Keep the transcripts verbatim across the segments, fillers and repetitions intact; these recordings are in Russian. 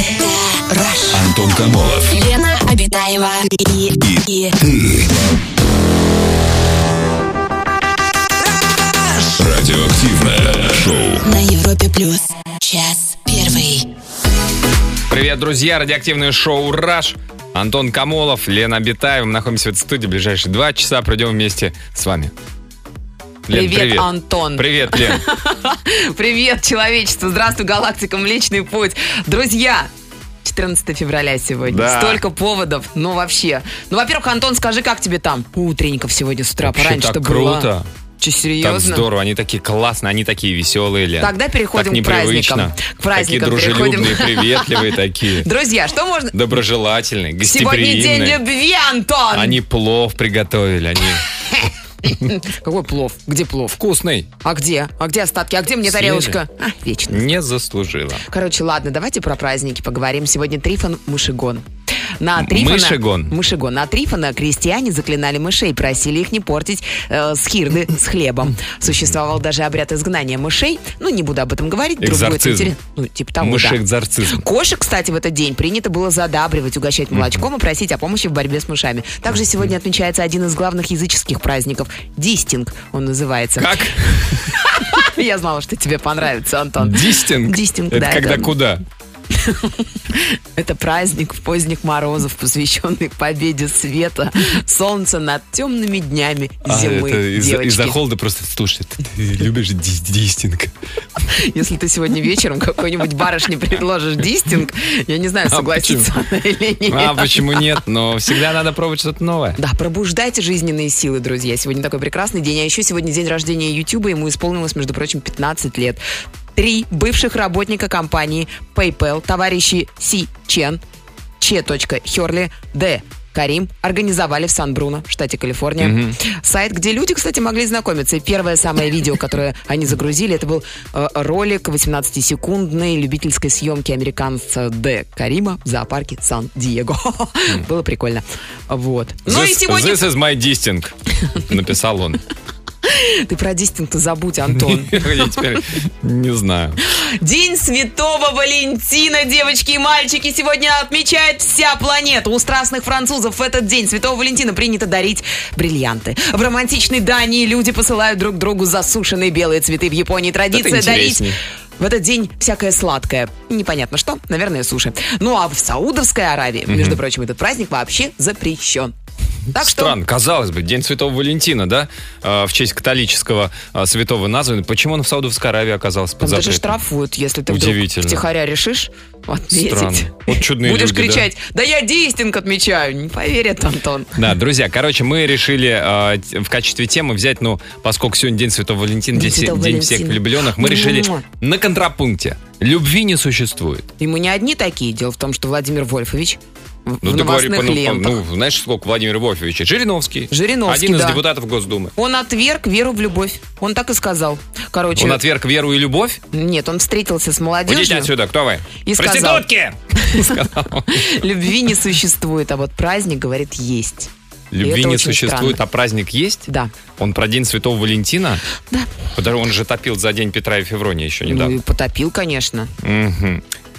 Антон Камолов, Лена Обитаева и, и ты. Радиоактивное шоу на Европе Плюс. Час первый. Привет, друзья! Радиоактивное шоу «Раш». Антон Камолов, Лена Обитаева. Мы находимся в этой студии. В ближайшие два часа проведем вместе с вами. Лен, привет, привет, Антон. Привет, Лен. Привет, человечество. Здравствуй, галактика, Млечный Путь. Друзья, четырнадцатое февраля сегодня. Да. Столько поводов. Ну, вообще. Ну, во-первых, Антон, скажи, как тебе там? Утренников сегодня с утра. Вообще Пораньше-то так было. круто. Че, Так серьезно? здорово. Они такие классные, они такие веселые, Лен. Тогда переходим так к праздникам. непривычно. К праздникам Такие дружелюбные, переходим. приветливые такие. Друзья, что можно... Доброжелательные, Сегодня день гостеприимные. любви, Антон! Они плов приготовили, они Какой плов? Где плов? вкусный. А где? А где остатки? А где мне Съели. тарелочка? А, вечно. Не заслужила. Короче, ладно, давайте про праздники поговорим. Сегодня Трифон Мышегон. На Трифона, Мышегон. Мышегон. На Трифона крестьяне заклинали мышей, просили их не портить э, скирды с хлебом. Существовал даже обряд изгнания мышей. Ну, не буду об этом говорить. вдруг будет Экзорцизм. интересно. Ну, типа того, да. Мышек-экзорцизм. Кошек, кстати, в этот день принято было задабривать, угощать молочком и просить о помощи в борьбе с мышами. Также сегодня отмечается один из главных языческих праздников. Дистинг он называется. Как? Я знала, что тебе понравится, Антон. Дистинг? Дистинг, Это да. когда это- куда? Это праздник в поздних морозов, посвященный победе света, солнца над темными днями зимы, А, это из- девочки. из-за холода просто, слушай, ты, ты любишь ди- дистинг? Если ты сегодня вечером какой-нибудь барышне предложишь дистинг, я не знаю, А согласится она или нет. А почему нет? Но всегда надо пробовать что-то новое. Да, пробуждайте жизненные силы, друзья. Сегодня такой прекрасный день. А еще сегодня день рождения Ютуба. Ему исполнилось, между прочим, пятнадцать лет. Три бывших работника компании PayPal, товарищи Си Чен, Че Херли, Д. Карим организовали в Сан-Бруно, в штате Калифорния. Мгм. Сайт, где люди, кстати, могли знакомиться. И первое самое видео, которое они загрузили, это был э, ролик восемнадцатисекундной любительской съемки американца Д. Карима в зоопарке Сан-Диего. Было прикольно. Вот. Ну и This- сегодня... This is my disting, написал он. Ты про дистинг-то забудь, Антон. Я теперь не знаю. День Святого Валентина, девочки и мальчики, сегодня отмечает вся планета. У страстных французов в этот день Святого Валентина принято дарить бриллианты. В романтичной Дании люди посылают друг другу засушенные белые цветы. В Японии традиция дарить интересней. в этот день всякое сладкое. Непонятно что, наверное, суши. Ну а в Саудовской Аравии, между прочим, этот праздник вообще запрещен. Так что... Странно, казалось бы, День Святого Валентина, да, э, в честь католического э, святого назван. Почему он в Саудовской Аравии оказался под Там даже запретом? штрафуют, если ты вдруг Удивительно. втихаря решишь отметить. Странно. Вот чудные Будешь люди, да. кричать, да? я дистинг отмечаю. Не поверят, Антон. Да, друзья, короче, мы решили э, т- в качестве темы взять, ну, поскольку сегодня День Святого Валентина, День День, Святого День Валентина. всех влюбленных, мы решили Муа. на контрапункте. Любви не существует. И мы не одни такие. Дело в том, что Владимир Вольфович в Ну, ты говори, новостных по- ну, лентах. ну, знаешь, сколько Владимир Вольфович? Жириновский. Жириновский, Один из да. депутатов Госдумы. Он отверг веру в любовь. Он так и сказал. Короче, Он отверг веру и любовь? нет, он встретился с молодежью. Уйдите отсюда, кто вы? И сказал. Проститутки! Сказал. Любви не существует, а вот праздник, говорит, есть. И Любви это не очень существует, странно. а праздник есть? Да. Он про День Святого Валентина? Да. Потому он же топил за День Петра и Феврония еще Ну недавно. и потопил, конечно. Мгм.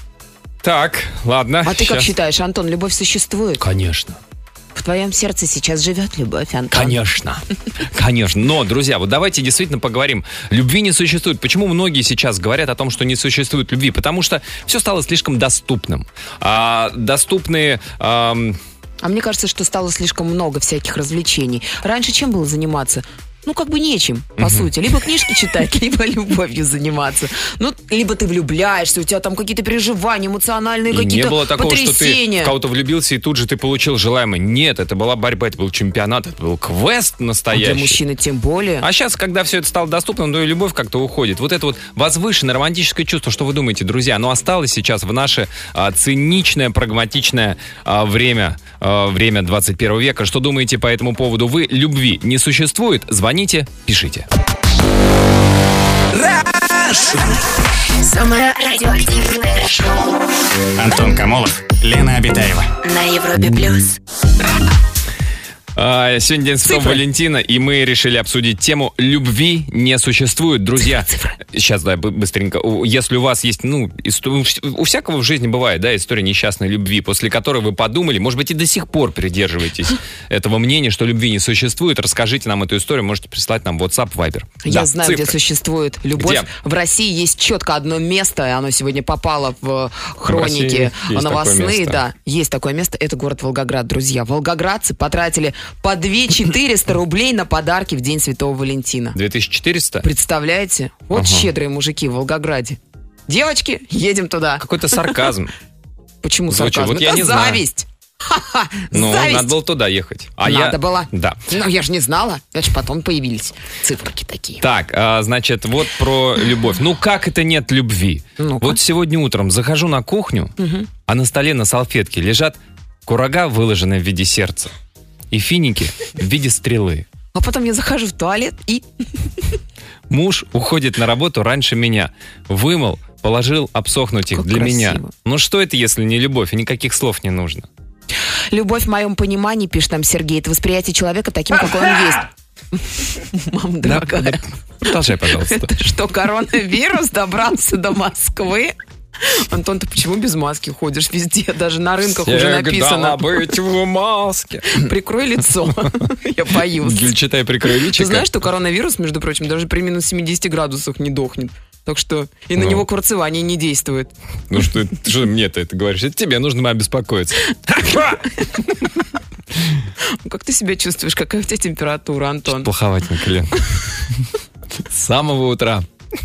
Так, ладно. А ты как щас. считаешь, Антон, любовь существует? Конечно. В твоем сердце сейчас живет любовь, Антон? Конечно. Конечно. Но, друзья, вот давайте действительно поговорим. Любви не существует. Почему многие сейчас говорят о том, что не существует любви? Потому что все стало слишком доступным. А, доступные... ам, А мне кажется, что стало слишком много всяких развлечений. Раньше чем было заниматься? Ну, как бы нечем, по сути. Либо книжки читать, либо любовью заниматься. Ну, либо ты влюбляешься, у тебя там какие-то переживания, эмоциональные И какие-то не было такого, что ты потрясения. в кого-то влюбился, и тут же ты получил желаемое. Нет, это была борьба, это был чемпионат, это был квест настоящий. Для мужчины тем более. А сейчас, когда все это стало доступным, ну и любовь как-то уходит. Вот это вот возвышенное романтическое чувство, что вы думаете, друзья, оно осталось сейчас в наше а, циничное, прагматичное а, время, а, время двадцать первого века. Что думаете по этому поводу вы? Любви не существует? Звоните, пишите. Самое радиоактивное шоу Антон Камолов, Лена Обитаева. на Европе Плюс. А, сегодня День Святого Цифры. Валентина, и мы решили обсудить тему «Любви не существует». Друзья, сейчас, да, бы- быстренько. У- Если у вас есть, ну, исто- у вс- у всякого в жизни бывает, да, история несчастной любви, после которой вы подумали, может быть, и до сих пор придерживаетесь этого мнения, что любви не существует, расскажите нам эту историю, можете прислать нам в WhatsApp, Viber. Я Да, знаю, цифры. где существует любовь. Где? В России есть четко одно место, и оно сегодня попало в хроники России есть новостные. такое место. Да, есть такое место. Это город Волгоград, друзья. Волгоградцы потратили по две тысячи четыреста рублей на подарки в День Святого Валентина. две тысячи четыреста? Представляете? Вот Ага. щедрые мужики в Волгограде. Девочки, едем туда. Какой-то сарказм. Почему Звучит. сарказм? Вот я Это не знаю. зависть. Ха-ха, Ну, зависть. надо было туда ехать. А Надо я... было. Да. Ну, я же не знала. Значит, потом появились циферки такие. Так, а, значит, вот про любовь. Ну, как это нет любви? Ну-ка. Вот сегодня утром захожу на кухню, а на столе на салфетке лежат курага, выложенная в виде сердца, и финики в виде стрелы. А потом я захожу в туалет и... Муж уходит на работу раньше меня. Вымыл, положил обсохнуть их Как для красиво. меня. Ну, что это, если не любовь? И никаких слов не нужно. Любовь в моем понимании, пишет нам Сергей, это восприятие человека таким, какой он есть. Мам, Да, дорогая, да, продолжай, пожалуйста. это что, коронавирус добрался до Москвы? Антон, ты почему без маски ходишь везде? Даже на рынках уже написано. быть в маске. Прикрой лицо. Я боюсь. Гюль, читай, прикрой Ты личико. знаешь, что коронавирус, между прочим, даже при минус семидесяти градусах не дохнет. Так что и на Ну. него кварцевание не действует. Ну что, ты что мне-то это говоришь? Это тебе нужно обеспокоиться. Как ты себя чувствуешь? Какая у тебя температура, Антон? Плоховатенько, Лен. С самого утра.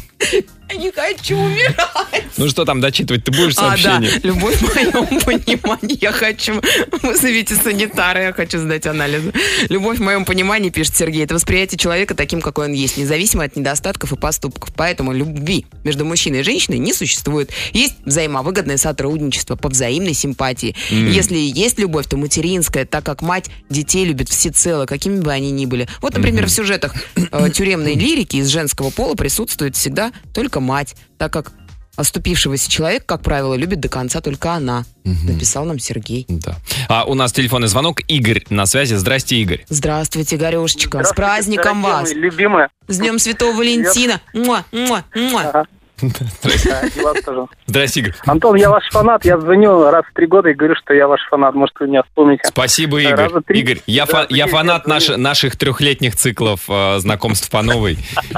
Я не хочу умирать. Ну что там, дочитывать ты будешь А, да, сообщение? любовь в моем понимании. Я хочу... Вызовите санитара, я хочу сдать анализы. Любовь в моем понимании, пишет Сергей, это восприятие человека таким, какой он есть, независимо от недостатков и поступков. Поэтому любви между мужчиной и женщиной не существует. Есть взаимовыгодное сотрудничество по взаимной симпатии. Если и есть любовь, то материнская, так как мать детей любит всецело, какими бы они ни были. Вот, например, в сюжетах э, тюремной лирики из женского пола присутствует всегда только мать, так как оступившегося человека, как правило, любит до конца только она. Написал нам Сергей. Да. А у нас телефонный звонок. Игорь на связи. Здрасте, Игорь. Здравствуйте, Игорешечка. С Здравствуйте, праздником дорогие вас. мои любимые. С Днем Святого Валентина. Муа, муа, муа. Ага. Да, и вас тоже. Здрасте, Игорь. Антон, я ваш фанат. Я звоню раз в три года и говорю, что я ваш фанат. Может, вы меня вспомните. Спасибо, Игорь. Раза три. Игорь, я, фа- Здравствуйте, я фанат я наш- звоню. наших трехлетних циклов э, знакомств по новой.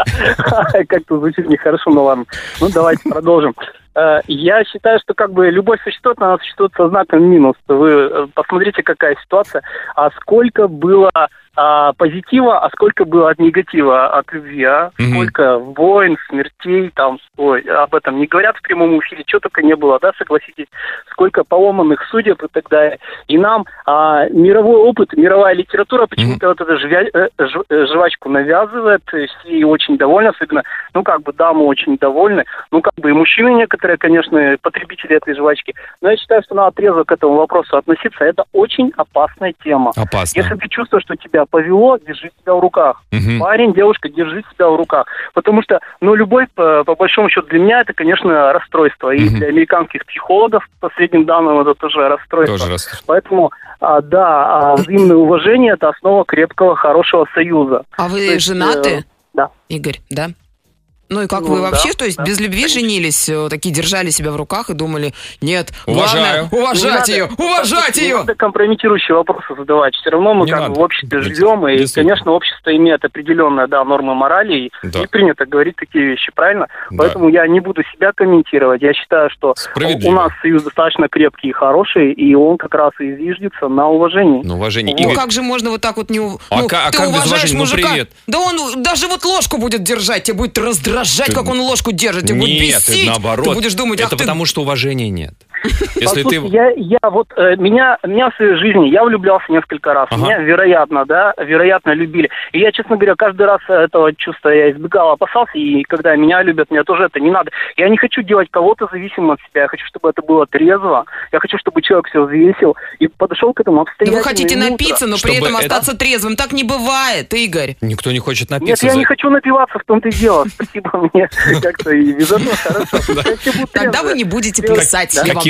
Как-то звучит нехорошо, но ладно. Ну, давайте продолжим. Э, Я считаю, что как бы любовь существует, но она существует со знаком минус. Вы э, посмотрите, какая ситуация. А сколько было а, позитива, а сколько было от негатива, от любви, а? Мгм. Сколько войн, смертей, там, ой, об этом не говорят в прямом эфире, что только не было, да, согласитесь, сколько поломанных судеб и так далее. И нам а, мировой опыт, мировая литература почему-то вот эту жвя- э, жв- э, жвачку навязывает, и все очень довольны, особенно, ну, как бы, дамы очень довольны, ну, как бы, и мужчины некоторые, конечно, потребители этой жвачки. Но я считаю, что надо трезво к этому вопросу относиться. Это очень опасная тема. Опасно. Если ты чувствуешь, что тебя повело, держи себя в руках. Мгм. Парень, девушка, держи себя в руках. Потому что, ну, любовь, по, по большому счету, для меня это, конечно, расстройство. И Мгм. для американских психологов, по последним данным, это тоже расстройство. Тоже раз. Поэтому, а, да, а, взаимное уважение – это основа крепкого, хорошего союза. А вы То есть, женаты, э, Да. Игорь, да? Ну и как Ну, вы да, вообще, то есть да, без любви конечно. женились, э, такие держали себя в руках и думали, нет, Уважаю. главное уважать Не ее, надо- уважать не ее. надо компрометирующие вопросы задавать. Все равно мы Не как надо. бы в обществе Действительно. живем, и, Действительно. конечно, общество имеет определенные, да, нормы морали, и Да. не принято говорить такие вещи, правильно? Да. Поэтому я не буду себя комментировать. Я считаю, что Справедливо. у нас союз достаточно крепкий и хороший, и он как раз и зиждется на уважении. Ну, уважение. Ну Игорь, как же можно вот так вот не... у- А ну, ка- а ты как без уважаешь уважения? Ну, мужика, привет. да он даже вот ложку будет держать, тебя будет раздражать, Ты- как он ложку держит, тебя будет нет, бесить. наоборот. Ты будешь думать, ах это ты... потому, что уважения нет. Если Послушайте, ты... я, я вот, э, меня, меня в своей жизни, я влюблялся несколько раз. Ага. Меня, вероятно, да, вероятно, любили. И я, честно говоря, каждый раз этого чувства я избегал, опасался, и когда меня любят, мне тоже это не надо. Я не хочу делать кого-то зависимым от себя, я хочу, чтобы это было трезво, я хочу, чтобы человек все взвесил и подошел к этому Да обстоятельно. вы хотите и мудро. напиться, но при Чтобы этом это- остаться трезвым. Так не бывает, Игорь. Никто не хочет Нет, напиться. я за- не хочу напиваться, в том-то и дело. Спасибо, мне как-то и без этого хорошо. Я все буду Тогда трезвый. вы не будете Делать- плясать, Да. я вам Какие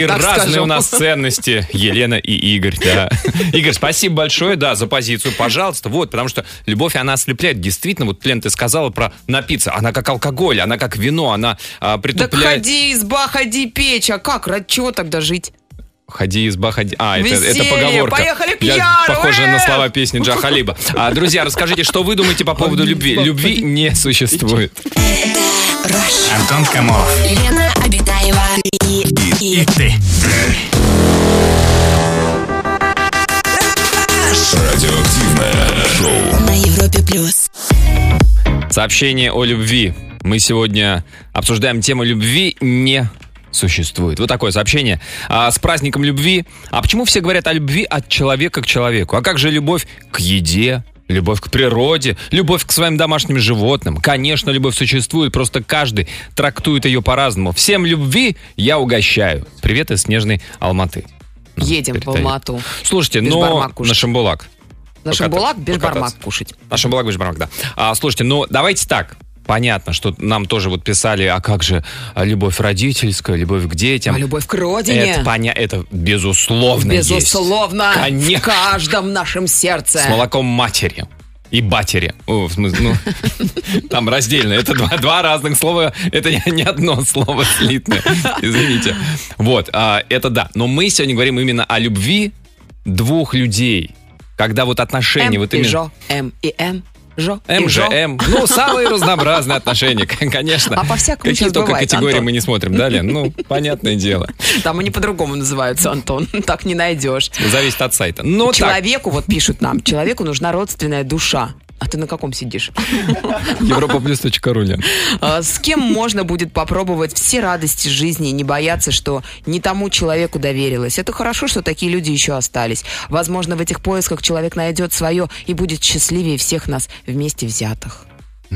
И так разные скажем. у нас ценности, Елена и Игорь, да. Игорь, спасибо большое, да, за позицию, пожалуйста. Вот, потому что любовь, она ослепляет. Действительно, вот, Лен, ты сказала про напиться. Она как алкоголь, она как вино, она а, притупляет. Так ходи, изба, ходи, печь. А как? Ради чего тогда жить? Ходи, изба, ходи. А, это, это Веселье, поговорка. поехали к Я- Яру, Похоже э! на слова песни Джа Халиба. А, друзья, расскажите, что вы думаете по поводу любви? Любви не существует. Антон Камолов. Лена Обитаева и, и, И ты. Радиоактивное шоу. на Европе плюс. Сообщение о любви. Мы сегодня обсуждаем тему любви не существует. Вот такое сообщение. А, с праздником любви. А почему все говорят о любви от человека к человеку? А как же любовь к еде? Любовь к природе, любовь к своим домашним животным. Конечно, любовь существует, просто каждый трактует ее по-разному. Всем любви я угощаю. Привет из снежной Алматы. Нам Едем в передает. Алмату. Слушайте, Бешбармак но кушать. на Шамбулак. На Покататься. Шамбулак бешбармак Покататься. кушать. На Шамбулак, Бешбармак, да. А, слушайте, ну давайте так. Понятно, что нам тоже вот писали, а как же а, любовь родительская, любовь к детям. А любовь к родине? Это, поня... это безусловно Безусловно. есть. Конечно. В каждом нашем сердце. С молоком матери и батери. О, в смысле, ну, там раздельно. Это два, два разных слова. Это не, не одно слово слитное. Извините. Вот, а, это да. Но мы сегодня говорим именно о любви двух людей. Когда вот отношения... М вот и именно... Жо, М и М. Жо М и же Жо. М. Ну, самые разнообразные отношения, конечно. А по-всякому Какие сейчас только бывает, категории Антон. мы не смотрим, да, Лен? Ну, понятное дело. Там они по-другому называются, Антон. Так не найдешь. Зависит от сайта. Но так, Человеку, вот пишут нам, человеку нужна родственная душа. А ты на каком сидишь? европа плюс точка ру, Лен. А, С кем можно будет попробовать все радости жизни и не бояться, что не тому человеку доверилась? Это хорошо, что такие люди еще остались. Возможно, в этих поисках человек найдет свое и будет счастливее всех нас вместе взятых.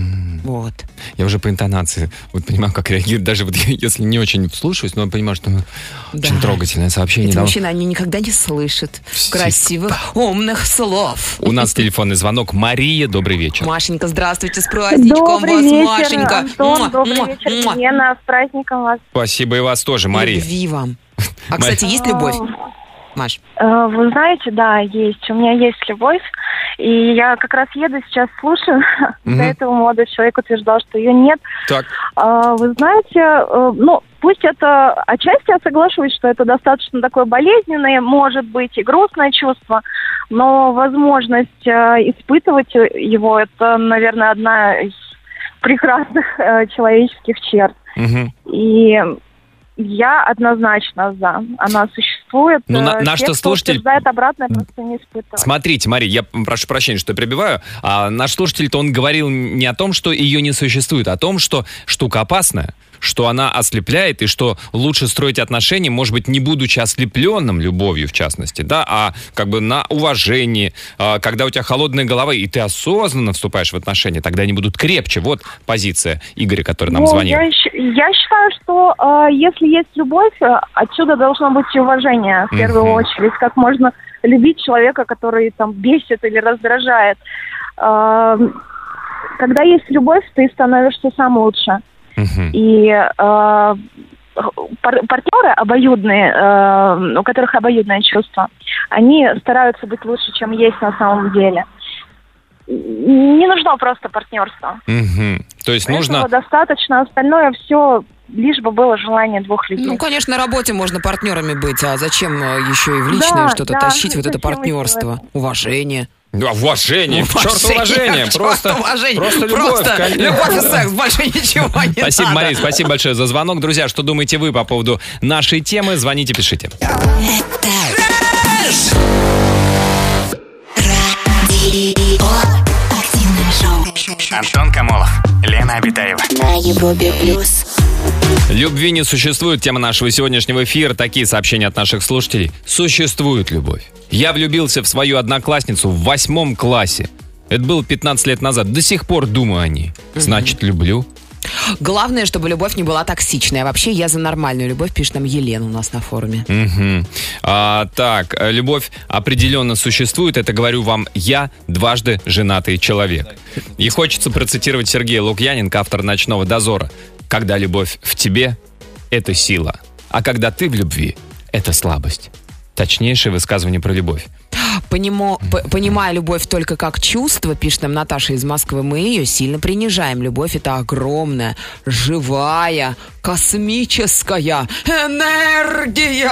Вот. Я уже по интонации вот понимаю, как реагирует. Даже вот если не очень вслушиваюсь, но я понимаю, что ну, Да. очень трогательное сообщение. Эти Да. мужчины, они никогда не слышат Всегда. красивых, умных слов. У нас телефонный звонок. Мария, добрый вечер. Машенька, здравствуйте, с праздничком Добрый вас, вечер, Машенька. Антон, Муа, добрый муа, вечер, муа. Лена, с праздником вас. Спасибо и вас тоже, Мария. Любви вам. А, кстати, есть любовь, Маш? Э, Вы знаете, да, есть. У меня есть любовь. И я как раз еду сейчас, слушаю. Мгм. До этого молодой человек утверждал, что ее нет. Так, А, Вы знаете, э, ну, пусть это отчасти я соглашусь, что это достаточно такое болезненное, может быть, и грустное чувство, но возможность э, испытывать его, это, наверное, одна из прекрасных э, человеческих черт. мгм. И я однозначно за. Она существует. Ну, на- Э, наш-то те, кто слушатель- утверждает обратное, просто не испытывает. Смотрите, Мария, я прошу прощения, что я перебиваю. А наш слушатель-то он говорил не о том, что ее не существует, а о том, что штука опасная, что она ослепляет, и что лучше строить отношения, может быть, не будучи ослепленным любовью, в частности, да, а как бы на уважении, а, когда у тебя холодная голова, и ты осознанно вступаешь в отношения, тогда они будут крепче. Вот позиция Игоря, который нам Ну, звонил. Я, щ- я считаю, что э, если есть любовь, э, отсюда должно быть и уважение, в первую Мгм. очередь. Как можно любить человека, который там бесит или раздражает. Э, когда есть любовь, ты становишься сам лучше. Мгм. И э, пар- партнеры обоюдные, э, у которых обоюдное чувство, они стараются быть лучше, чем есть на самом деле. Не нужно просто партнерство. Мгм. То есть Этого нужно... достаточно, остальное все, лишь бы было желание двух людей. Ну, конечно, на работе можно партнерами быть, а зачем э, еще и в личное Да, что-то да, тащить, вот это зачем партнерство, этого? уважение. Да, уважение, к черту уважение, К черту просто, уважение. просто любовь, Просто конечно. любовь и секс, больше ничего не Спасибо, надо. Мария, спасибо большое за звонок. Друзья, что думаете вы по поводу нашей темы? Звоните, пишите. Радиоактивное шоу Антон Камолов. Лена Обитаева. на Европе плюс. Любви не существует. Тема нашего сегодняшнего эфира. Такие сообщения от наших слушателей. Существует любовь. Я влюбился в свою одноклассницу в восьмом классе. Это было пятнадцать лет назад. До сих пор думаю о ней. Значит, люблю. Главное, чтобы любовь не была токсичной. А вообще я за нормальную любовь, пишет нам Елена у нас на форуме. Мгм. А, так, э, любовь определенно существует. Это говорю вам я, дважды женатый человек. И хочется процитировать Сергея Лукьяненко, автора «Ночного дозора». Когда любовь в тебе, это сила. А когда ты в любви, это слабость. Точнейшее высказывание про любовь. Понимо, п- понимая любовь только как чувство, пишет нам Наташа из Москвы, мы ее сильно принижаем. Любовь — это огромная, живая, космическая энергия.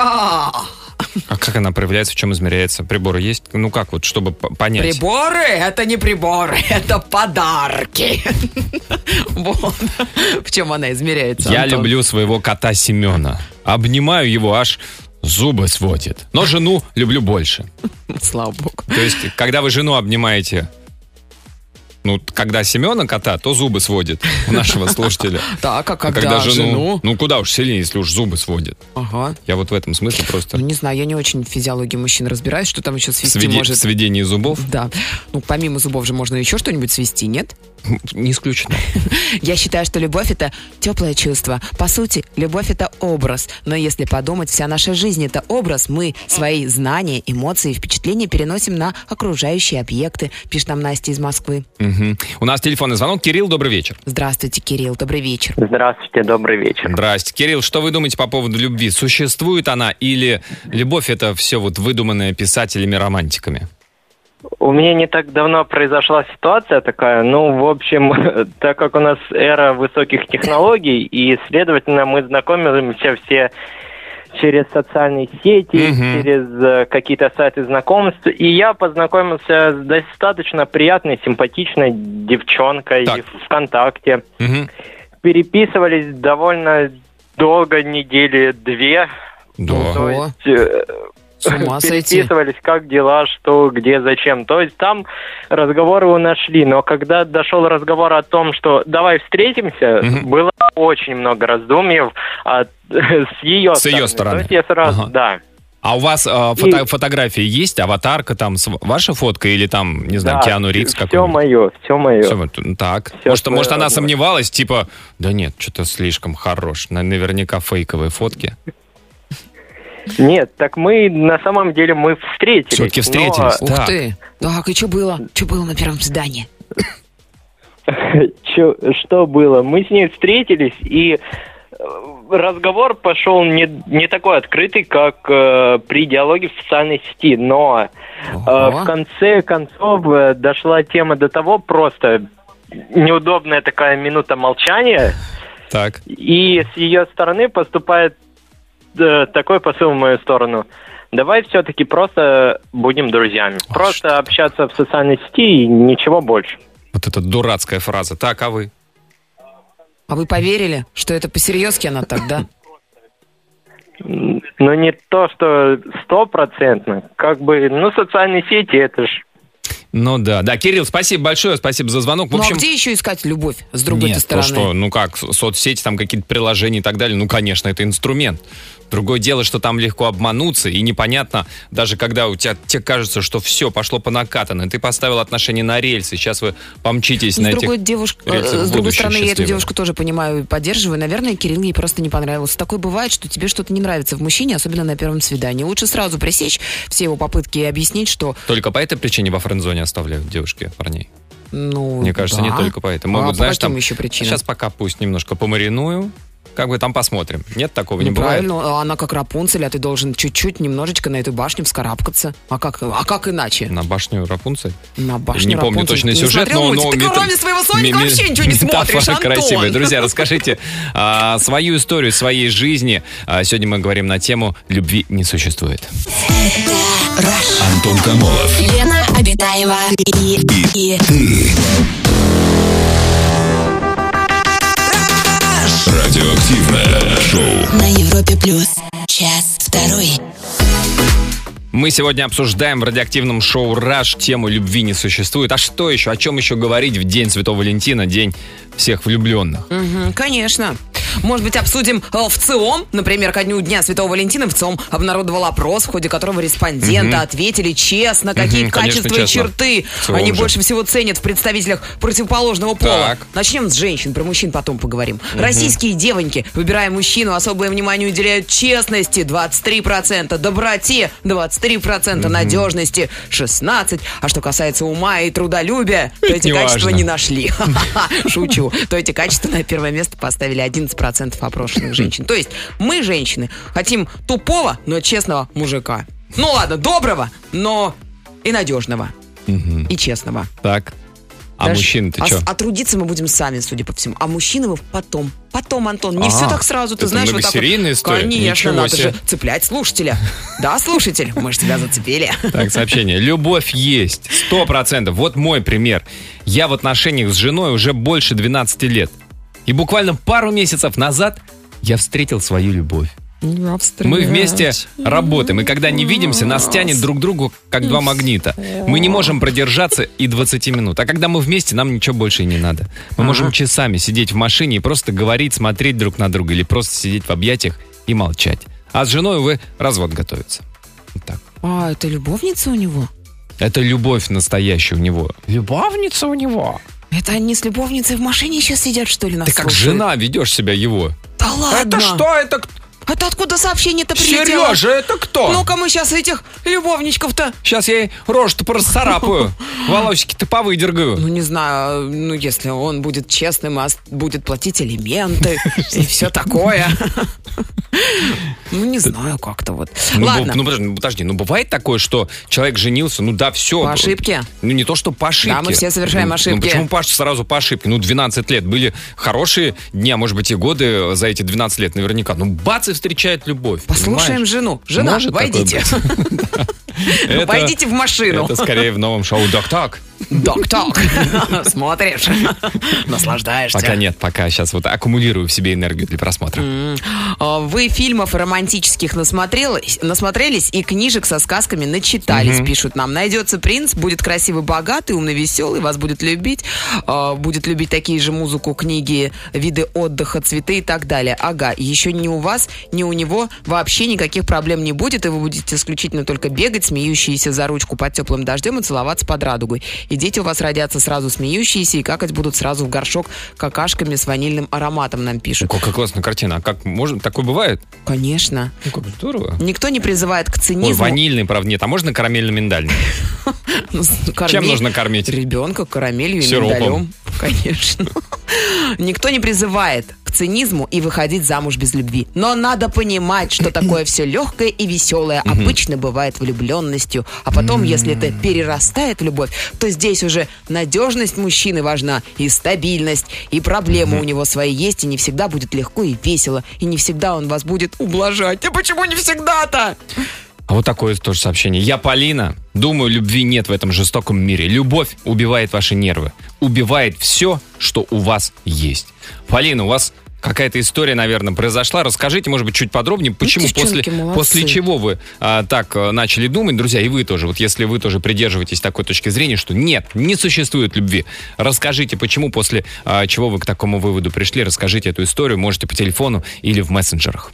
А как она проявляется, в чем измеряется? Приборы есть? Ну как вот, чтобы п- понять? Приборы — это не приборы, это подарки. Вот. В чем она измеряется, Я Антон? люблю своего кота Семена. Обнимаю его, аж зубы сводит. Но жену люблю больше. Слава богу. То есть, когда вы жену обнимаете, ну, когда Семена кота, то зубы сводит у нашего слушателя. Так, а А когда, когда жену, жену? ну куда уж сильнее, если уж зубы сводит. Ага. Я вот в этом смысле просто Ну, не знаю, я не очень в физиологии мужчин разбираюсь, что там еще в свести сведе- может. в сведении зубов Да. Ну, помимо зубов же можно еще что-нибудь свести, нет? не исключено. Я считаю, что любовь — это теплое чувство. По сути, любовь — это образ. Но если подумать, вся наша жизнь — это образ. Мы свои знания, эмоции, впечатления переносим на окружающие объекты, пишет нам Настя из Москвы. Мгм. У нас телефонный звонок. Кирилл, добрый вечер. Здравствуйте, Кирилл, добрый вечер. Здравствуйте, добрый вечер. Здрасте. Кирилл, что вы думаете по поводу любви? Существует она или любовь — это все вот выдуманное писателями-романтиками? У меня не так давно произошла ситуация такая, ну, в общем, так как у нас эра высоких технологий, и, следовательно, мы знакомимся все через социальные сети, Мгм. через э, какие-то сайты знакомств, и я познакомился с достаточно приятной, симпатичной девчонкой Так. ВКонтакте. Мгм. Переписывались довольно долго, недели две. Да. То Ого. есть... э, С ума сойти. переписывались, как дела, что, где, зачем. То есть там разговоры у нас шли, но когда дошел разговор о том, что давай встретимся, Мгм. было очень много раздумьев от, с ее С стороны. ее стороны. То есть я сразу, Ага. да. А у вас э, фото- И- фотографии есть? Аватарка там, с- ваша фотка или там, не знаю, да, Киану Ривз все какой-нибудь? мое, все мое. Всё вот, м, так. Всё Может, может, свое она родное. сомневалась, типа, да нет, что-то слишком хорош. На- Наверняка фейковые фотки. Нет, так мы на самом деле мы встретились. Всё-таки но- встретились. Ух Так. ты. Так, и что было? Что было на первом свидании? Чё- что было? Мы с ней встретились, и э, разговор пошел не, не такой открытый, как э, при диалоге в социальной сети, но э, Ого. в конце концов э, дошла тема до того, просто неудобная такая минута молчания, Так. и с ее стороны поступает э, такой посыл в мою сторону. Давай все-таки просто будем друзьями. Ой, Просто что общаться в социальной сети и ничего больше. Вот эта дурацкая фраза. Так, а вы? А вы поверили, что это по-серьезки она так, да? Ну, не то, что стопроцентно. Как бы, ну, социальные сети, это ж... Ну да. Да, Кирилл, спасибо большое, спасибо за звонок. В Ну, общем, а где еще искать любовь с другой нет, стороны? то что, ну как, со- соцсети, там какие-то приложения и так далее, ну, конечно, это инструмент. Другое дело, что там легко обмануться, и непонятно, даже когда у тебя тебе кажется, что все, пошло по накатанной, ты поставил отношения на рельсы, сейчас вы помчитесь С на другой, этих девушка, рельсах э, с в другой будущее стороны, я эту счастливое. девушку тоже понимаю и поддерживаю. Наверное, Кирилл ей просто не понравился. Такое бывает, что тебе что-то не нравится в мужчине, особенно на первом свидании. Лучше сразу пресечь все его попытки и объяснить, что, Только по этой причине во френд-зоне оставляют девушки парней. ну, Мне кажется, да. не только поэтому. А Могут, по знаешь, каким там, еще причинам? сейчас пока пусть немножко помариную, как бы там посмотрим. Нет, такого не Ну, бывает. правильно, она как Рапунцель, а ты должен чуть-чуть, немножечко на эту башню вскарабкаться. А как, а как иначе? На башню Рапунцель? На башню Не помню Рапунцель. точно Ты не сюжет, смотрел но... мультик? но Ты мета- кроме своего Соника ми- вообще ничего не смотришь, метафора Антон. красивая. Друзья, расскажите а, свою историю своей жизни. А, сегодня мы говорим на тему «Любви не существует». Антон Камолов. Лена Обитаева и, и, Радиоактивное шоу. на Европе плюс. Час второй. Мы сегодня обсуждаем в радиоактивном шоу «Раш» тему «Любви не существует». А что еще? О чем еще говорить в День Святого Валентина, День всех влюбленных? Мгм, конечно. Может быть, обсудим э, в ЦИОМ, например, ко дню Дня Святого Валентина в ЦИОМ обнародовал опрос, в ходе которого респонденты ответили честно, какие Мгм, конечно, качества и честно. черты В ЦИОМ они же. больше всего ценят в представителях противоположного пола. Так. Начнем с женщин, про мужчин потом поговорим. Российские девоньки, выбирая мужчину, особое внимание уделяют честности двадцать три процента, доброте двадцать три процента, надежности шестнадцать процентов. А что касается ума и трудолюбия, то Это эти не качества важно. не нашли. Шучу. То эти качества на первое место поставили одиннадцать процентов процентов опрошенных женщин. То есть мы, женщины, хотим тупого, но честного мужика. Ну ладно, доброго, но и надежного. Угу. И честного. Так. А Даже, мужчины-то а, что? а трудиться мы будем сами, судя по всему. А мужчины мы потом. Потом, Антон. Не А, все так сразу, ты это знаешь, вот так вот. многосерийная история? Конечно, Ничего надо себе. же цеплять слушателя. Да, слушатель, мы же тебя зацепили. Так, сообщение. Любовь есть. Сто процентов. Вот мой пример. Я в отношениях с женой уже больше двенадцати лет. И буквально пару месяцев назад я встретил свою любовь. Мы вместе работаем, и когда не видимся, нас тянет друг к другу, как два магнита. Мы не можем продержаться и двадцати минут. А когда мы вместе, нам ничего больше и не надо. Мы можем часами сидеть в машине и просто говорить, смотреть друг на друга, или просто сидеть в объятиях и молчать. А с женой, увы, развод готовится. Вот так. А, это любовница у него? Это любовь настоящая у него. Любовница у него. Это они с любовницей в машине сейчас сидят, что ли, нас Ты как слушают? жена ведешь себя его. Да ладно? Это что? Это кто? Это откуда сообщение-то прилетело? Сережа, это кто? Ну-ка мы сейчас этих любовничков-то... Сейчас я ей рожу-то расцарапаю. Волосики-то повыдергаю. Ну, не знаю, ну, если он будет честным, а будет платить алименты и все такое. Ну, не знаю, как-то вот. Ну, Ладно. б- ну, подожди, ну, подожди, ну бывает такое, что человек женился, ну да, все. По ошибке? Ну не то, что по ошибке. Да, мы все совершаем Ну, ошибки. Ну почему Паша сразу по ошибке? Ну двенадцать лет. Были хорошие дни, а может быть и годы за эти двенадцать лет наверняка. Ну бац, и встречает любовь. Послушаем понимаешь? жену. Жена, Может такое войдите. Это- Войдите в машину. Это скорее в новом шоу «Док-Ток». Док-ток. Смотришь, наслаждаешься. Пока нет, пока сейчас вот аккумулирую в себе энергию для просмотра. А, Вы фильмов романтических насмотрелись, насмотрелись и книжек со сказками начитались, Мгм. пишут нам. Найдется принц, будет красивый, богатый, умный, веселый, вас будет любить, а, будет любить такие же музыку, книги, виды отдыха, цветы и так далее. Ага, еще ни у вас, ни у него вообще никаких проблем не будет, и вы будете исключительно только бегать, смеющиеся за ручку под теплым дождем и целоваться под радугой. И дети у вас родятся сразу смеющиеся и какать будут сразу в горшок какашками с ванильным ароматом, нам пишут. Какая классная картина. А как можно? Такое бывает? Конечно. Ну как здорово. Никто не призывает к цинизму. Ой, ванильный, правда, нет. А можно карамельно-миндальный? Кормить Чем нужно кормить? ребенка карамелью и Сиропом. миндалем. Конечно. Никто не призывает к цинизму и выходить замуж без любви. Но надо понимать, что такое все легкое и веселое обычно бывает влюбленностью. А потом, если это перерастает в любовь, то здесь уже надежность мужчины важна, и стабильность, и проблемы у него свои есть, и не всегда будет легко и весело, и не всегда он вас будет ублажать. А почему не всегда-то? А вот такое тоже сообщение. Я Полина. Думаю, любви нет в этом жестоком мире. Любовь убивает ваши нервы. Убивает все, что у вас есть. Полина, у вас какая-то история, наверное, произошла. Расскажите, может быть, чуть подробнее, почему, после, девчонки, молодцы. после чего вы а, так а, начали думать, друзья, и вы тоже, вот если вы тоже придерживаетесь такой точки зрения, что нет, не существует любви. Расскажите, почему, после а, чего вы к такому выводу пришли. Расскажите эту историю, можете по телефону или в мессенджерах.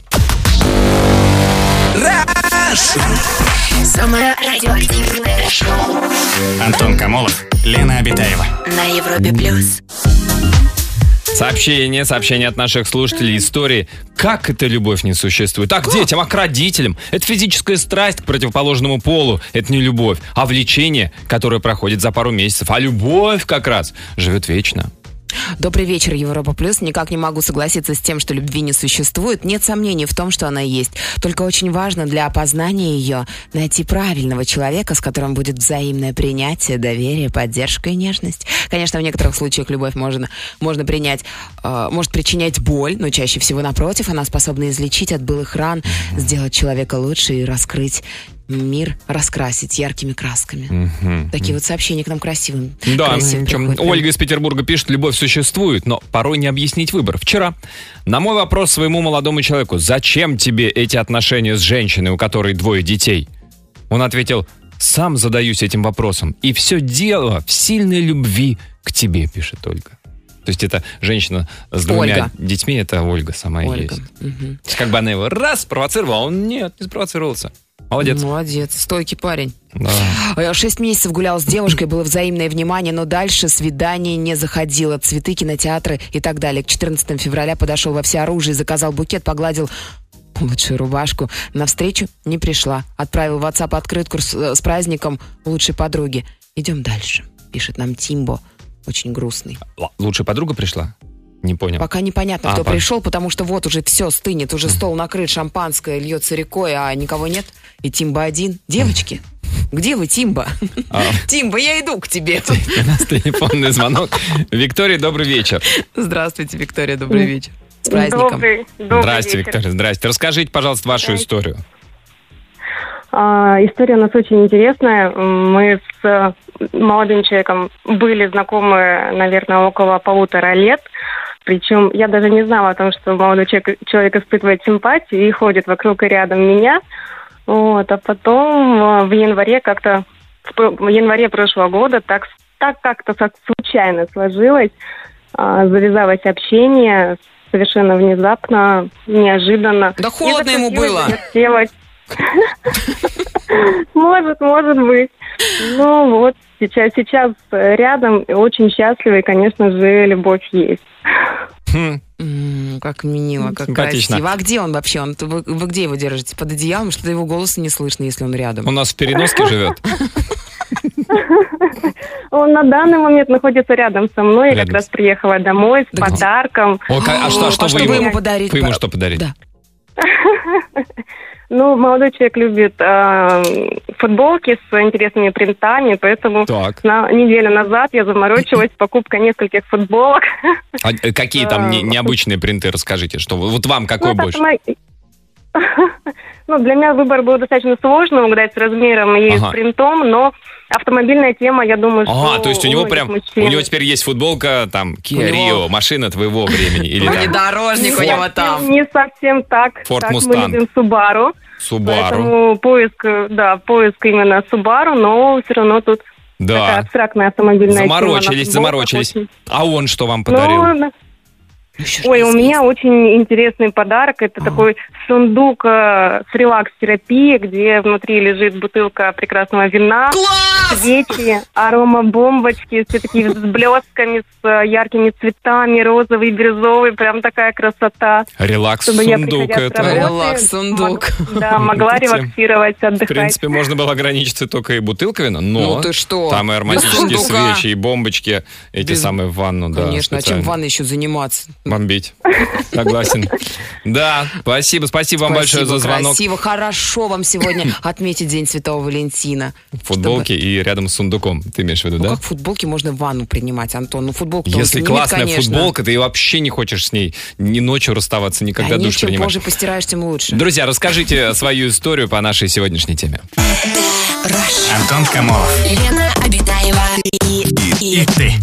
Самое радиоактивное шоу Антон Камолов, Лена Обитаева. на Европе плюс. Сообщение, сообщение от наших слушателей, истории. Как эта любовь не существует? А к детям, а к родителям? Это физическая страсть к противоположному полу. Это не любовь, а влечение, которое проходит за пару месяцев. А любовь как раз живет вечно. Добрый вечер, Европа Плюс. Никак не могу согласиться с тем, что любви не существует. Нет сомнений в том, что она есть. Только очень важно для опознания ее найти правильного человека, с которым будет взаимное принятие, доверие, поддержка и нежность. Конечно, в некоторых случаях любовь можно, можно принять, э, может причинять боль, но чаще всего напротив, она способна излечить от былых ран, сделать человека лучше и раскрыть мир, раскрасить яркими красками. Мгм. Такие вот сообщения к нам красивым. Да, красивым причем приходят. Ольга из Петербурга пишет, любовь существует, но порой не объяснить выбор. Вчера на мой вопрос своему молодому человеку, зачем тебе эти отношения с женщиной, у которой двое детей? Он ответил, сам задаюсь этим вопросом. И все дело в сильной любви к тебе, пишет Ольга. То есть это женщина с двумя Ольга. детьми, это Ольга сама и Ольга. есть. Мгм. То есть как бы она его раз спровоцировала, а он нет, не спровоцировался. Молодец. Молодец, стойкий парень. Да. Шесть месяцев гулял с девушкой, было взаимное внимание, но дальше свидание не заходило. Цветы, кинотеатры и так далее. К четырнадцатому февраля подошел во всеоружии, заказал букет, погладил лучшую рубашку. На встречу не пришла. Отправил в WhatsApp открытку с, с праздником лучшей подруги. Идем дальше, пишет нам Тимбо. Очень грустный. Л- Лучшая подруга пришла? Не понял. Пока непонятно, А, кто по- пришел, потому что вот уже все стынет, уже стол накрыт, шампанское льется рекой, а никого нет. И Тимба один. Девочки, где вы, Тимба? А. Тимба, я иду к тебе. У нас телефонный звонок. Виктория, добрый вечер. Здравствуйте, Виктория, добрый вечер. С праздником. Добрый, добрый Здрасте, вечер. Виктория, здрасте. Расскажите, пожалуйста, вашу историю. А, история у нас очень интересная. Мы с э, молодым человеком были знакомы, наверное, около полутора лет. Причем я даже не знала о том, что молодой человек, человек испытывает симпатию и ходит вокруг и рядом меня. Вот. А потом э, в январе как-то, в, про- в январе прошлого года так, так как-то так случайно сложилось, э, завязалось общение совершенно внезапно, неожиданно. Да холодно И ему захотелось, было. захотелось. Может, может быть. Ну вот, сейчас, сейчас рядом, очень счастливы, и, конечно же, любовь есть. Хм, М, Как мило, как Симпатично. красиво. А где он вообще? Он, вы, вы где его держите? Под одеялом? Что-то его голоса не слышно, если он рядом. у нас в переноске живет. Он на данный момент находится рядом со мной. Я Рядом. как раз приехала домой с Да где? подарком. О, ка- а что, а что А вы что вы ему? ему подарить? Вы ему что подарить? Да. Ну, молодой человек любит э, футболки с интересными принтами, поэтому Так. на неделю назад я заморочилась с покупкой нескольких футболок. А э, какие там не- необычные принты, расскажите, что вы- вот вам какой Ну, это больше? мои- Ну, для меня выбор был достаточно сложный, угадать с размером и Ага. с принтом, но автомобильная тема, я думаю, что... Ага, то есть у него многих прям, мужчин- у него теперь есть футболка, там, Kia У него- Rio, машина твоего времени, или там Внедорожник у него там. Не совсем так. Ford так, мы Mustang. любим Subaru. Subaru. Поэтому поиск, э, да, поиск именно Subaru, но все равно тут такая Да, абстрактная автомобильная тема. заморочились, на футболках заморочились. очень. А он что вам подарил? Ну, да. Еще ж Ой, у неизвестно. меня очень интересный подарок. Это такой сундук э, с релакс-терапией, где внутри лежит бутылка прекрасного вина, Класс! свечи, аромабомбочки, все такие с блесками, с э, яркими цветами, розовый, бирюзовый, прям такая красота. Чтобы я, Релакс-сундук приходя с это. работы, Релакс-сундук. мог- Да, могла Видите? релаксировать, В отдыхать. принципе, можно было ограничиться только и бутылкой вина, но Ну ты что? там и ароматические Без сундука. свечи, и бомбочки, эти Без- самые в ванну, да. Конечно, а чем специально. в ванной еще заниматься? Бомбить. Согласен. Да, спасибо, спасибо вам большое за Спасибо, звонок. красиво, хорошо вам сегодня отметить День Святого Валентина. В футболке и рядом с сундуком, ты имеешь в виду, Ну, да? как в футболке можно ванну принимать, Антон? Ну, футболку Если классная футболка, ты вообще не хочешь с ней ни ночью расставаться, ни когда Конечно, душ чем принимаешь. позже постираешь, тем лучше. Друзья, расскажите свою историю по нашей сегодняшней теме. Антон Камолов. Лена Обитаева и, И ты.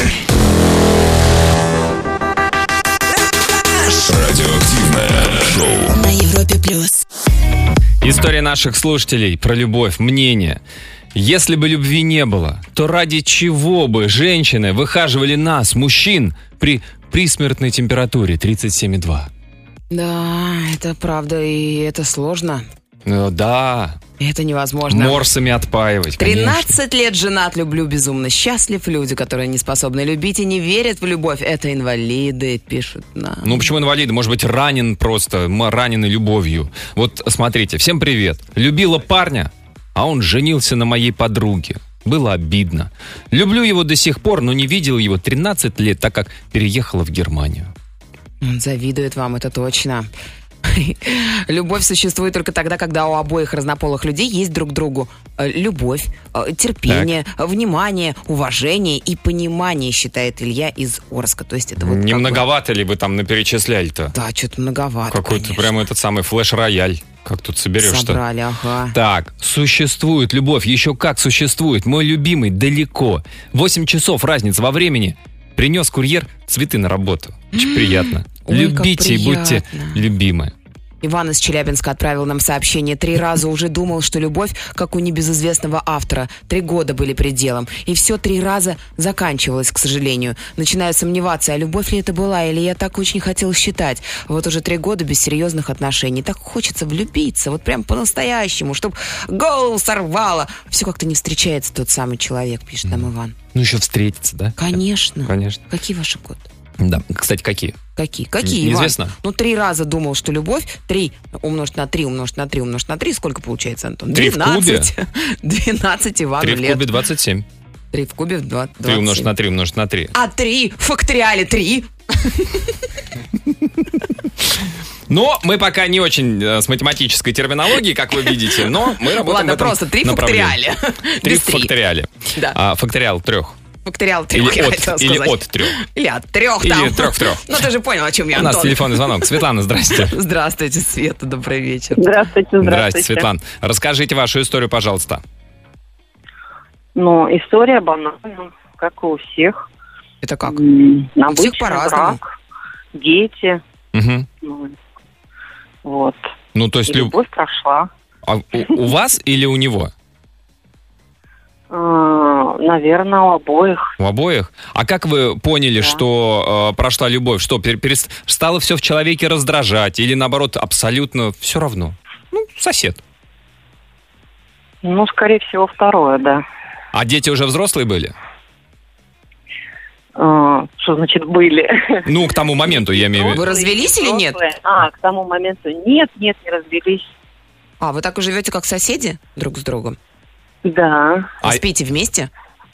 Радиоактивное шоу. на Европе плюс. История наших слушателей про любовь, мнение. Если бы любви не было, то ради чего бы женщины выхаживали нас, мужчин, при присмертной температуре тридцать семь и два? Да, это правда, и это сложно. Ну да, И это невозможно. морсами отпаивать, конечно. тринадцать лет женат, люблю, безумно счастлив. Люди, которые не способны любить и не верят в любовь, это инвалиды, пишут нам. Ну, почему инвалид? Может быть, ранен просто, м- раненый любовью. Вот, смотрите, всем привет. Любила парня, а он женился на моей подруге. Было обидно. Люблю его до сих пор, но не видел его тринадцать лет, так как переехала в Германию. Он завидует вам, это точно. Любовь существует только тогда, когда у обоих разнополых людей есть друг к другу э, любовь, э, терпение, внимание, уважение и понимание, считает Илья из Орска. То есть это вот Не как бы- многовато ли вы там наперечисляли-то? Да, что-то многовато, Какой-то конечно. прям этот самый флеш-рояль. Как тут соберешь-то? Собрали, ага. Так, существует любовь, еще как существует. Мой любимый далеко. Восемь часов разница во времени. Принес курьер цветы на работу. Очень приятно. Ой, как Любите и будьте приятно. любимы. Иван из Челябинска отправил нам сообщение. Три раза уже думал, что любовь, как у небезызвестного автора. Три года были пределом. И все три раза заканчивалось, к сожалению. Начинаю сомневаться, а любовь ли это была, или я так очень хотел считать. Вот уже три года без серьезных отношений. Так хочется влюбиться, вот прям по-настоящему, чтобы голову сорвало. Все как-то не встречается тот самый человек, пишет нам Иван. Ну, еще встретиться, да? Конечно. Конечно. Какие ваши годы? Да, кстати, какие? Какие? Какие, Иван? Неизвестно. Ну, три раза думал, что любовь. Три умножить на три, умножить на три, умножить на три. Сколько получается, Антон? Три в кубе? двенадцать Ивану Три в лет. кубе двадцать семь. Три в кубе в два- Три умножить двадцать семь. на три умножить на три. А три в факториале три. Но мы пока не очень э, с математической терминологией, как вы видите, но мы работаем Ладно, в этом просто три направлении. факториале. Три Без три. факториале. Да. А, факториал трех. Факториал трех, Или я от, хотела или сказать. от трех. Или от трех Или там. трех в трех. Ну, ты же понял, о чем я, У нас Антон. телефонный звонок. Светлана, здрасте. Здравствуйте, Света, добрый вечер. Здравствуйте, здравствуйте. Здрасте, Светлана. Расскажите вашу историю, пожалуйста. Ну, история банальная, как и у всех. Это как? М, У Обычный всех по-разному. брак, дети. Угу. Ну, вот. Ну, то есть, И люб- любовь прошла. а у, у вас или у него? А, наверное, у обоих. У обоих? А как вы поняли, Да. что э, прошла любовь? Что, пер- перест- стало все в человеке раздражать? Или, наоборот, абсолютно все равно? Ну, сосед. Ну, скорее всего, второе, да. А дети уже взрослые были? А, что значит были? Ну, к тому моменту, я имею в Вы виду. развелись или нет? А, к тому моменту нет, нет, не развелись. А, вы так и живете, как соседи друг с другом? Да, А- Спите вместе?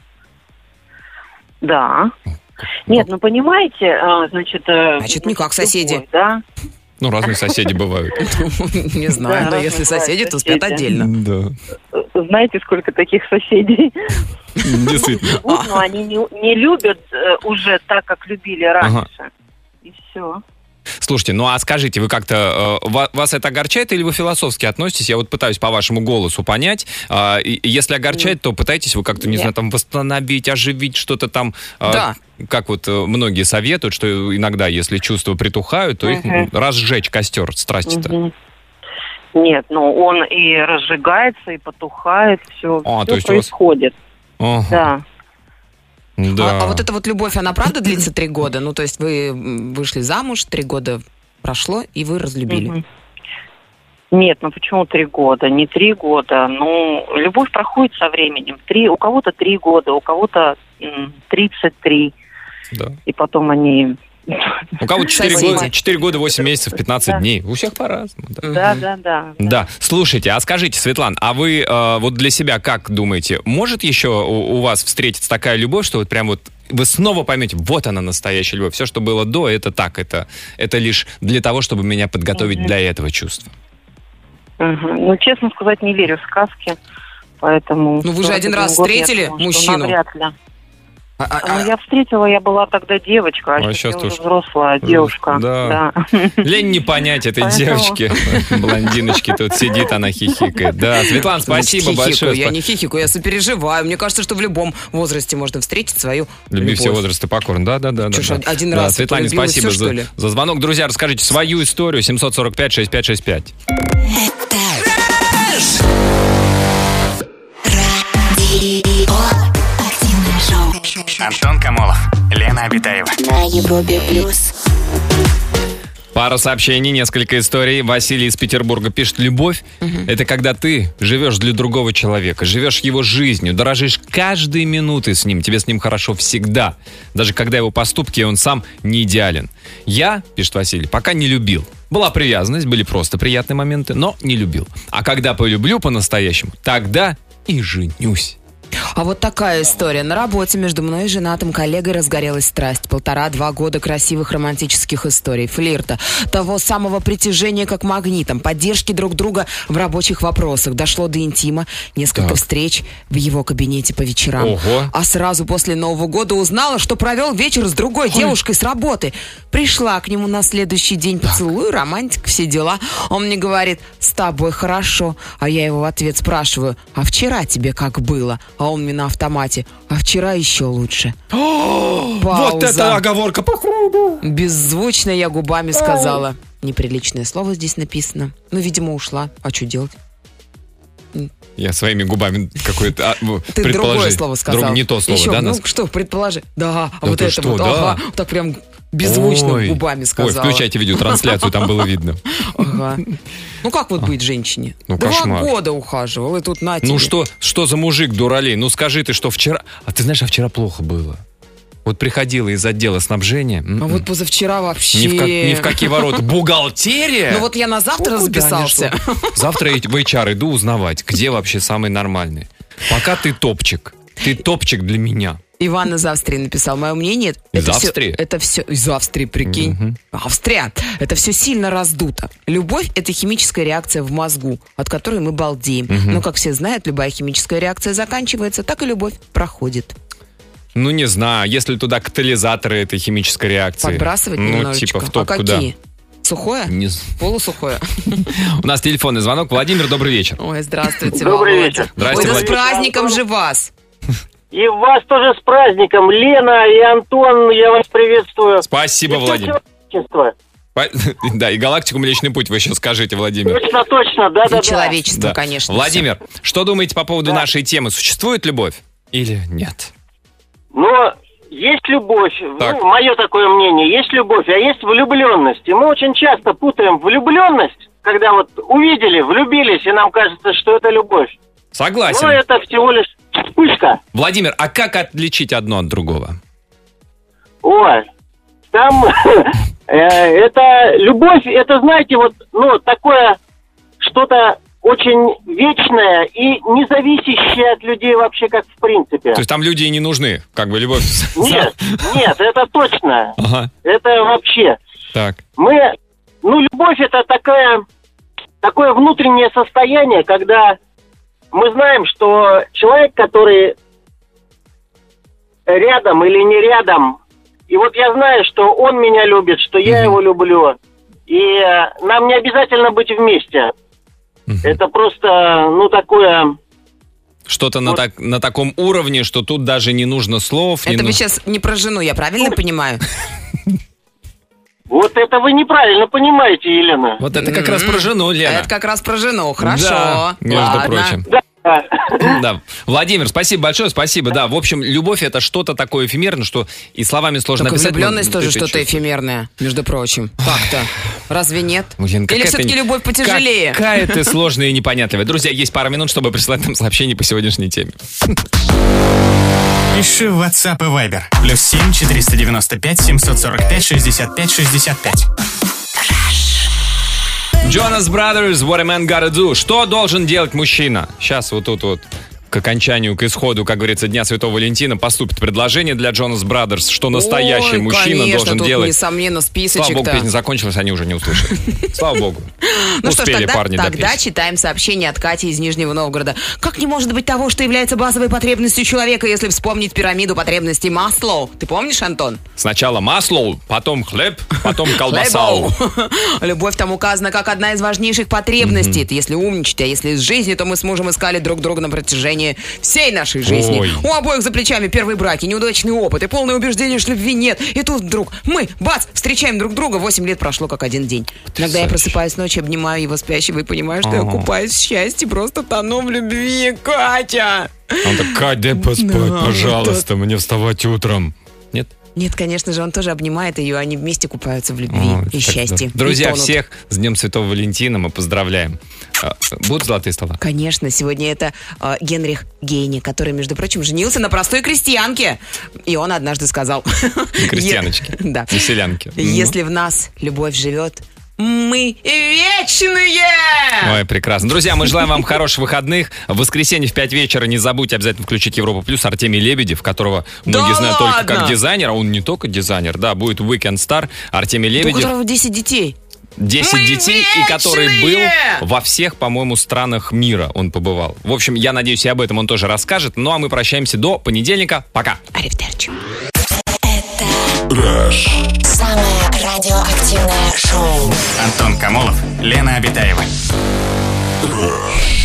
да. Нет, ну понимаете, а, значит... э, Значит, не как любовь, соседи. Да. Ну, разные соседи бывают. Не знаю, Да, но если бывают соседи, то спят соседи. отдельно. Да. Знаете, сколько таких соседей? Действительно. Вот, но они не, не любят э, уже так, как любили раньше. И все. Слушайте, ну а скажите, вы как-то, э, ва- вас это огорчает или вы философски относитесь? Я вот пытаюсь по вашему голосу понять. Э, и- и если огорчает, то пытаетесь вы как-то, не Нет. знаю, там восстановить, оживить что-то там. э, Да. Как вот э, многие советуют, что иногда, если чувства притухают, то их Мгм. м, разжечь костер страсти-то. Мгм. Нет, ну он и разжигается, и потухает, все, А, то есть у вас- происходит. Ага. Да. Да. А, а вот эта вот любовь, она правда длится три года? Ну, то есть вы м, вышли замуж, три года прошло, и вы разлюбили. Мгм. Нет, ну почему три года? Не три года. Ну, любовь проходит со временем. Три, у кого-то три года, у кого-то м, тридцать три. Да. И потом они... У кого четыре Соседи. года, четыре года, восемь месяцев, пятнадцать Да. дней. У всех по-разному. Да. Да, да, да. Да, слушайте, а скажите, Светлана, а вы э, вот для себя как думаете, может еще у, у вас встретиться такая любовь, что вот прям вот вы снова поймете, вот она настоящая любовь, все, что было до, это так, это, это лишь для того, чтобы меня подготовить Мгм. для этого чувства. Мгм. Ну, честно сказать, не верю в сказки, поэтому... Ну, вы же сорок один один раз год, я встретили думаю, что мужчину? навряд ли. А- а- Ну, я встретила, я была тогда девочка, а, А сейчас щас я тоже. уже взрослая девушка. Да. Да. Лень не понять этой Поэтому- девочки, блондиночки, тут сидит, она хихикает. Да, Светлана, Значит, спасибо хихикаю. большое. Я не хихикаю, я сопереживаю. Мне кажется, что в любом возрасте можно встретить свою Люби любовь. все возрасты покорно. Да, да, да. Чё да, ж, да. один Да, раз Светлане, полюбил, и спасибо всё, за, что ли? за звонок. Друзья, расскажите свою историю. семьсот сорок пять шестьдесят пять шестьдесят пять. Радио. Активное шоу. Антон Камолов, Лена Обитаева. На Европе плюс. Пара сообщений, несколько историй. Василий из Петербурга пишет: любовь — это когда ты живешь для другого человека, живешь его жизнью, дорожишь каждой минутой с ним, тебе с ним хорошо всегда, даже когда его поступки, он сам не идеален. Я, пишет Василий, пока не любил. Была привязанность, были просто приятные моменты, но не любил. А когда полюблю по-настоящему, тогда и женюсь. А вот такая история. На работе между мной и женатым коллегой разгорелась страсть. Полтора-два года красивых романтических историй, флирта, того самого притяжения как магнитом, поддержки друг друга в рабочих вопросах. Дошло до интима, несколько Так. встреч в его кабинете по вечерам. Ого. А сразу после Нового года узнала, что провел вечер с другой девушкой с работы. Пришла к нему на следующий день, поцелуй, романтика, все дела. Он мне говорит: с тобой хорошо. А я его в ответ спрашиваю: а вчера тебе как было? А он мне на автомате: а вчера еще лучше. Вот это оговорка, походу. Беззвучно я губами сказала. Неприличное слово здесь написано. Ну, видимо, ушла. А что делать? Я своими губами какое-то а, ну, Ты другое предположение. слово сказал. Друг- не то слово, Еще, да? ну нас- что, предположи. Да, а Да вот ты это что, вот, да? ага, так прям беззвучно Ой. губами сказала. Ой, включайте видеотрансляцию, там было видно. Ага. Ну как вот быть женщине? Ну, Два кошмар. года ухаживал, и тут на тебе. Ну что, что за мужик дуралей? Ну скажи ты, что вчера... А ты знаешь, а вчера плохо было. Вот приходила из отдела снабжения. А м-м. вот позавчера вообще... Ни в, как- ни в какие ворота. Бухгалтерия? Ну вот я на завтра О, куда записался. ни шло. Завтра я в эйч ар иду узнавать, где вообще самый нормальный. Пока ты топчик. Ты топчик для меня. Иван из Австрии написал. Мое мнение... Из это Австрии? Все, это все... Из Австрии, прикинь. Мгм. Австрия. Это все сильно раздуто. Любовь — это химическая реакция в мозгу, от которой мы балдеем. Но, как все знают, любая химическая реакция заканчивается, так и любовь проходит. Ну, не знаю, если туда катализаторы этой химической реакции. Подбрасывать ну, немножечко. типа в топку, а да. какие? Сухое? Не з- Полусухое? У нас телефонный звонок. Владимир, добрый вечер. Ой, здравствуйте, Добрый Володя. вечер. Здрасте, Ой, да с Владимир. праздником же вас. И вас тоже с праздником. Лена и Антон, я вас приветствую. Спасибо, И всё Владимир. человечество. По- Да, и галактику Млечный Путь вы еще скажите, Владимир. Точно, точно, да-да-да. И человечество, Да. конечно. Владимир, что думаете по поводу Да. нашей темы? Существует любовь или нет? Но есть любовь, Так. ну, мое такое мнение, есть любовь, а есть влюбленность. И мы очень часто путаем влюбленность, когда вот увидели, влюбились, и нам кажется, что это любовь. Согласен. Но это всего лишь вспышка. Владимир, а как отличить одно от другого? Ой, там э, это любовь, это, знаете, вот, ну, такое что-то очень вечное и не зависящее от людей вообще как в принципе. То есть там люди и не нужны, как бы любовь. Нет, нет, это точно. Ага, Это вообще. так. Мы, ну, любовь это такая, такое внутреннее состояние, когда мы знаем, что человек, который рядом или не рядом, и вот я знаю, что он меня любит, что я Мгм. его люблю, и э, нам не обязательно быть вместе. Мгм. Это просто, ну, такое... Что-то на, так, на таком уровне, что тут даже не нужно слов. не Это ну- вы сейчас не про жену, я правильно понимаю? Вот это вы неправильно понимаете, Елена. Вот это как раз про жену, Лена. Это как раз про жену, хорошо. Да, между Ладно. прочим. Да. Да. Владимир, спасибо большое, спасибо. Да, в общем, любовь это что-то такое эфемерное, что и словами сложно Только описать. но влюбленность ты тоже это что-то чувствуешь. эфемерное, между прочим. Так-то. Разве нет? Блин, Или какая все-таки ты- любовь потяжелее? Какая ты сложная и непонятливая. Друзья, есть пара минут, чтобы прислать нам сообщение по сегодняшней теме. Пиши в WhatsApp и Viber. Плюс семь четыреста девяносто пять семьсот сорок пять шестьдесят пять шестьдесят пять. Jonas Brothers, What a Man Gotta Do. Что должен делать мужчина? Сейчас вот тут вот к окончанию, к исходу, как говорится, Дня Святого Валентина поступит предложение для Jonas Brothers, что настоящий Ой, мужчина конечно, должен тут, делать. несомненно, Слава богу, списочек-то. песня закончилась, они уже не услышат. Слава богу. Ну что ж, Успели тогда, парни тогда допеть. читаем сообщение от Кати из Нижнего Новгорода. Как не может быть того, что является базовой потребностью человека, если вспомнить пирамиду потребностей Маслоу? Ты помнишь, Антон? Сначала масло, потом хлеб, потом колбаса. Хлебоу. Любовь там указана как одна из важнейших потребностей. Это если умничать, а если из жизни, то мы с мужем искали друг друга на протяжении всей нашей жизни. Ой. У обоих за плечами первые браки, неудачный опыт и полное убеждение, что любви нет. И тут вдруг мы, бац, встречаем друг друга. Восемь лет прошло как один день. Иногда я просыпаюсь ночью, обнимаю его спящего и понимаю, что я Ага. купаюсь в счастье, просто тону в любви. Катя! Он так, Кать, дай поспать, Да, пожалуйста, мне вставать утром. Нет? Нет, конечно же, он тоже обнимает ее, они вместе купаются в любви Ой, и так счастье. здорово. Друзья, И тонут. всех с Днем Святого Валентина мы поздравляем. А, Будут золотые стола? Конечно, сегодня это э, Генрих Гейне, который, между прочим, женился на простой крестьянке. И он однажды сказал... Крестьяночки. Е- Да. Не селянки. Если в нас любовь живет, мы вечные! Ой, прекрасно. Друзья, мы желаем вам хороших выходных. В воскресенье в пять вечера не забудьте обязательно включить Европу Плюс. Артемий Лебедев, которого многие Да знают только ладно? как дизайнер, а он не только дизайнер, да, будет Weekend Star. Артемий У Лебедев, которого десять детей. десять Мы детей, и который был вечные! во всех, по-моему, странах мира он побывал. В общем, я надеюсь, и об этом он тоже расскажет. Ну, а мы прощаемся до понедельника. Пока. Аривдерчи. Самое радиоактивное шоу. Антон Камолов, Лена Обитаева. Rush.